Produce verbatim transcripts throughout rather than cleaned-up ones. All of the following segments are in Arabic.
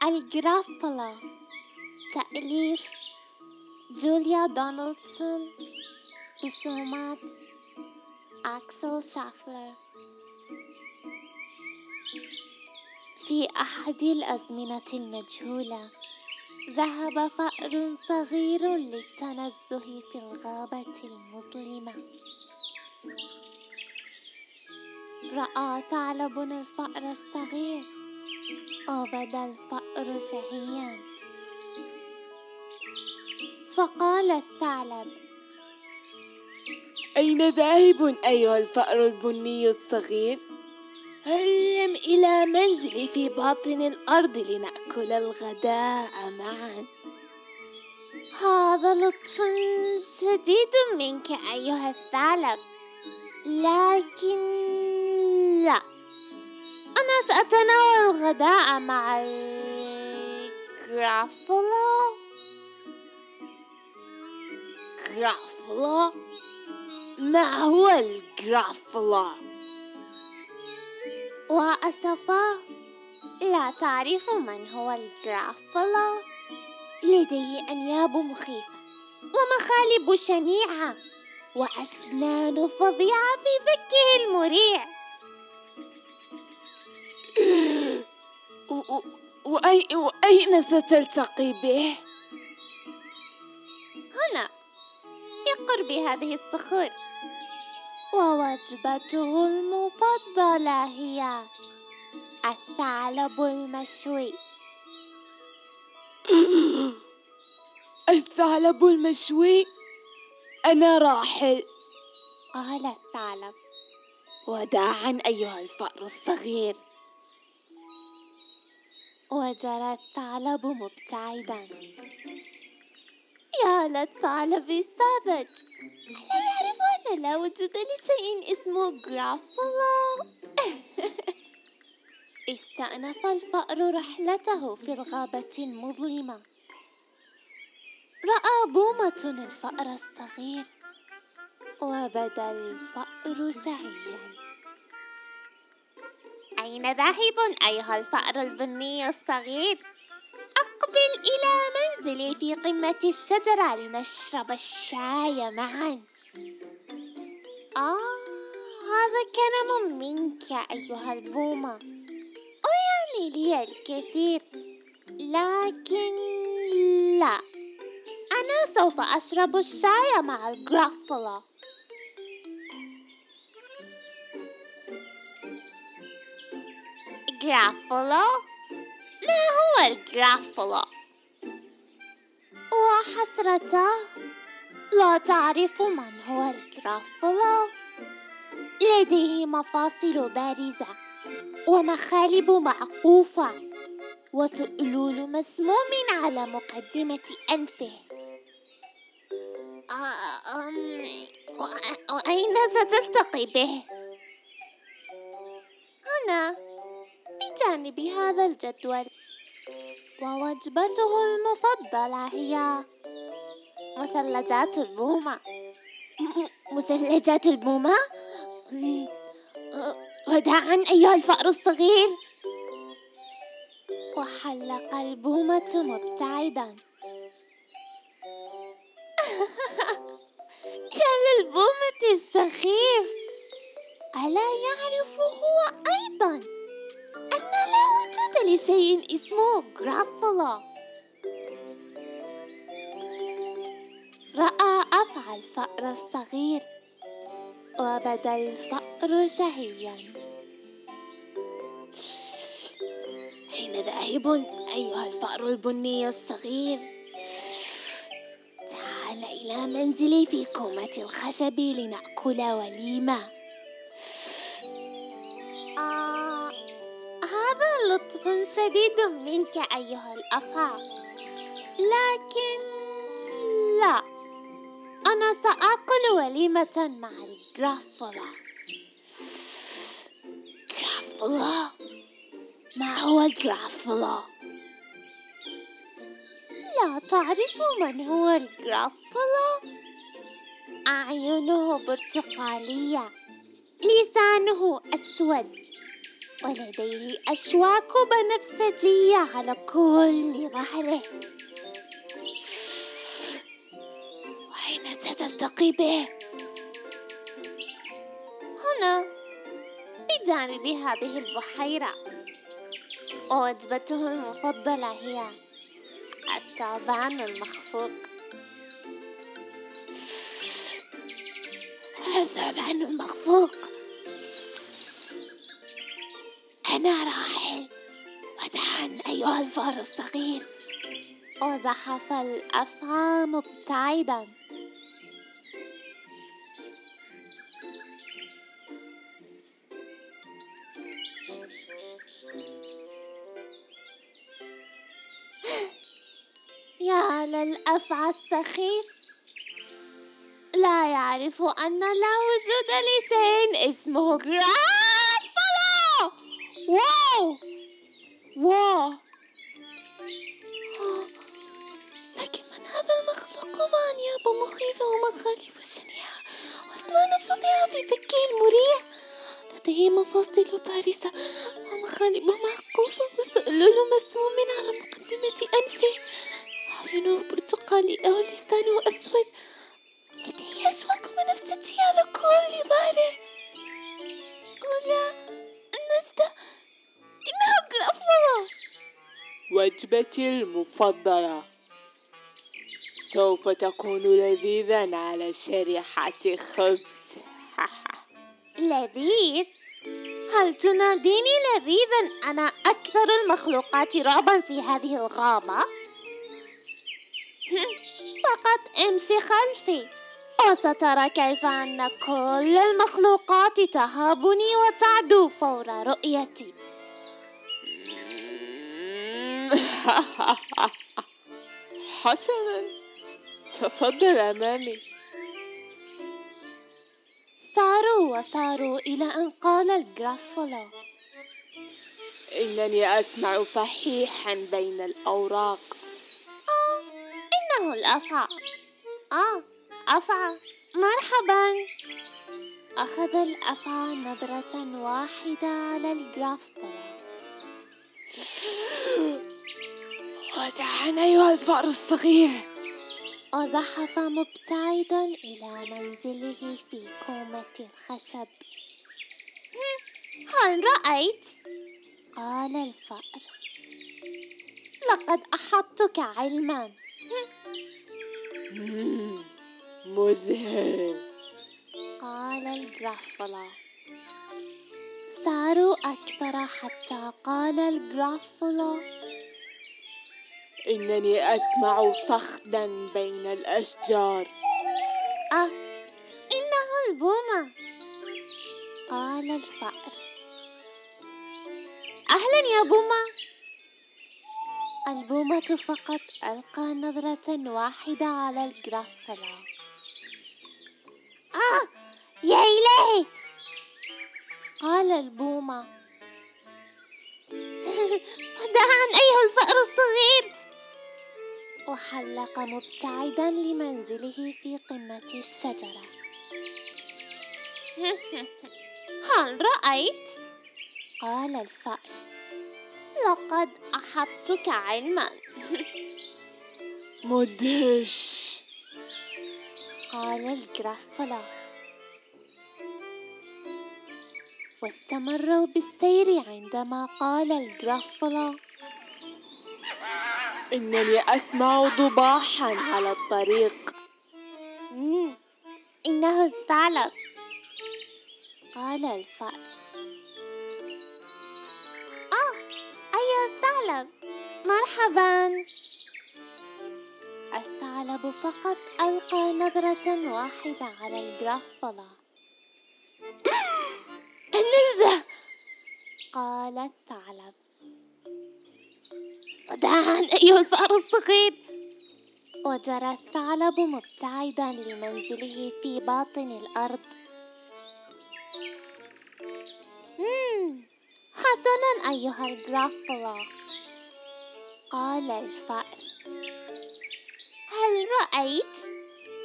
الجرافلا، تأليف جوليا دونالدسون، رسومات أكسل شافلر. في أحد الأزمنة المجهولة ذهب فأر صغير للتنزه في الغابة المظلمة. رأى ثعلب الفأر الصغير وبدا الفأر شهيا، فقال الثعلب: أين ذاهب أيها الفأر البني الصغير؟ هلم إلى منزلي في باطن الأرض لنأكل الغداء معا. هذا لطف شديد منك أيها الثعلب، لكن لا، أنا سأتناول الغداء مع الجرافلا. جرافلا؟ ما هو الجرافلا؟ وأسفا، لا تعرف من هو الجرافلا؟ لديه أنياب مخيفة ومخالب شنيعة وأسنان فظيعة في فكه المريع. وأي وأين ستلتقي به؟ هنا بقرب هذه الصخور، ووجبته المفضلة هي الثعلب المشوي. الثعلب المشوي؟ أنا راحل، قال الثعلب. وداعا أيها الفأر الصغير. وجرى الثعلب مبتعدا. يا للثعلب الثابت، ألا يعرف أن لا وجود لشيء اسمه جرافلا؟ استأنف الفأر رحلته في الغابة المظلمة. رأى بومة الفأر الصغير وبدا الفأر سعيا. أين ذاهب أيها الفأر البني الصغير؟ أقبل إلى منزلي في قمة الشجرة لنشرب الشاي معا. آه، هذا كرم منك أيها البومة، ويعني لي الكثير، لكن لا، أنا سوف أشرب الشاي مع الجرافلا. جرافلا؟ ما هو الجرافلا؟ وحسرته، لا تعرف من هو الجرافلا؟ لديه مفاصل بارزة ومخالب معقوفة وثؤلول مسموم على مقدمة أنفه. آه أم وأين ستلتقي به؟ هنا بجانب هذا الجدول، ووجبته المفضلة هي مثلجات البومة. مثلجات البومة؟ وداعا أيها الفأر الصغير. وحلق البومة مبتعدا. يا للبومة السخيف، ألا يعرف هو أيضا أن لا وجود لشيء اسمه جرافلا؟ رأى أفعى الفأر الصغير وبدا الفأر شهيا. أين ذاهب أيها الفأر البني الصغير؟ تعال إلى منزلي في كومة الخشب لنأكل وليمة. آه، هذا لطف شديد منك أيها الأفعى، لكن لا، أنا سآكل وليمة مع الجرافلا. جرافلا؟ ما هو الجرافلا؟ لا تعرف من هو الجرافلا؟ أعينه برتقالية، لسانه أسود، ولديه أشواك بنفسجية على كل ظهره. وأين ستلتقي به؟ هنا بجانب هذه البحيرة، ووجبته المفضلة هي الثعبان المخفوق. الثعبان المخفوق. أنا راحل، ودعا أيها الفار الصغير. وزحف الأفعى مبتعدا. يا للأفعى السخيف، لا يعرف أن لا وجود لشيء اسمه جرافولو. واو واو، لكن من هذا المخلوق؟ وأنياب مخيفة ومخالب شنيعة وأسنان فظيعة في فكه المريع. لديه مفاصل بارزة ومخالب معقوفة وثؤلل مسموم على مقدمة أنفه. عيونه برتقالية ولسانه أسود. لديه أشواك بنفسجية على كل ظهره. ولا النجدة، إنه جرافولو. وجبتي المفضلة سوف تكون لذيذا على شريحة خبز. لذيذ؟ هل تناديني لذيذا؟ أنا أكثر المخلوقات رعبا في هذه الغابة. فقط امشي خلفي وسترى كيف أن كل المخلوقات تهابني وتعدو فور رؤيتي. حسنا، تفضل أمامي. ساروا وساروا إلى أن قال الجرافولو: إنني أسمع فحيحا بين الأوراق. آه، إنه الأفعى. آه، أفعى، مرحبا. أخذ الأفعى نظرة واحدة على الجرافولو. ودعا أيها الفأر الصغير. وزحف مبتعدا إلى منزله في كومة الخشب. هل رأيت؟ قال الفأر: لقد أحطتك علما. مذهل، قال الجرافولو. ساروا أكثر حتى قال الجرافولو: إنني أسمع صخدا بين الأشجار. آه، إنه البومة. قال الفأر: أهلا يا بومة. البومة فقط ألقى نظرة واحدة على الجرافولو. آه، يا إلهي. قال البومة: ودعا أيها الفأر الصغير. وحلق مبتعدا لمنزله في قمة الشجرة. هل رأيت؟ قال الفأر: لقد أحطتك علما. مدهش، قال الجرافولو. واستمروا بالسير عندما قال الجرافولو: إنني أسمع ضباحا على الطريق. مم. إنه الثعلب. قال الفأر: آه، أيها الثعلب، مرحبا. الثعلب فقط ألقى نظرة واحدة على الجرافولو. النجدة. قال الثعلب. ودعا أيها الفأر الصغير. وجرى الثعلب مبتعدا لمنزله في باطن الأرض. مم. حسنا أيها الجرافولو. قال الفأر: هل رأيت؟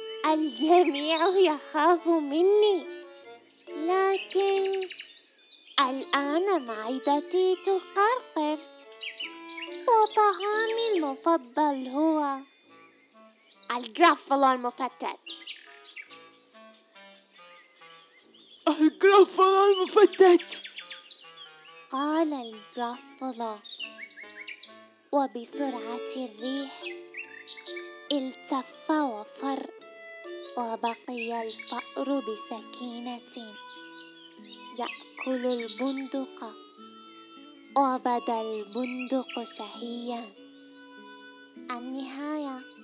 الجميع يخاف مني، لكن الآن معدتي تقرقر، وطعامي المفضل هو الجرافلو المفتت. الجرافلو المفتت، قال الجرافلو، وبسرعة الريح التف وفر، وبقي الفأر بسكينة يأكل البندق، وبدا البندق شهيا. النهاية.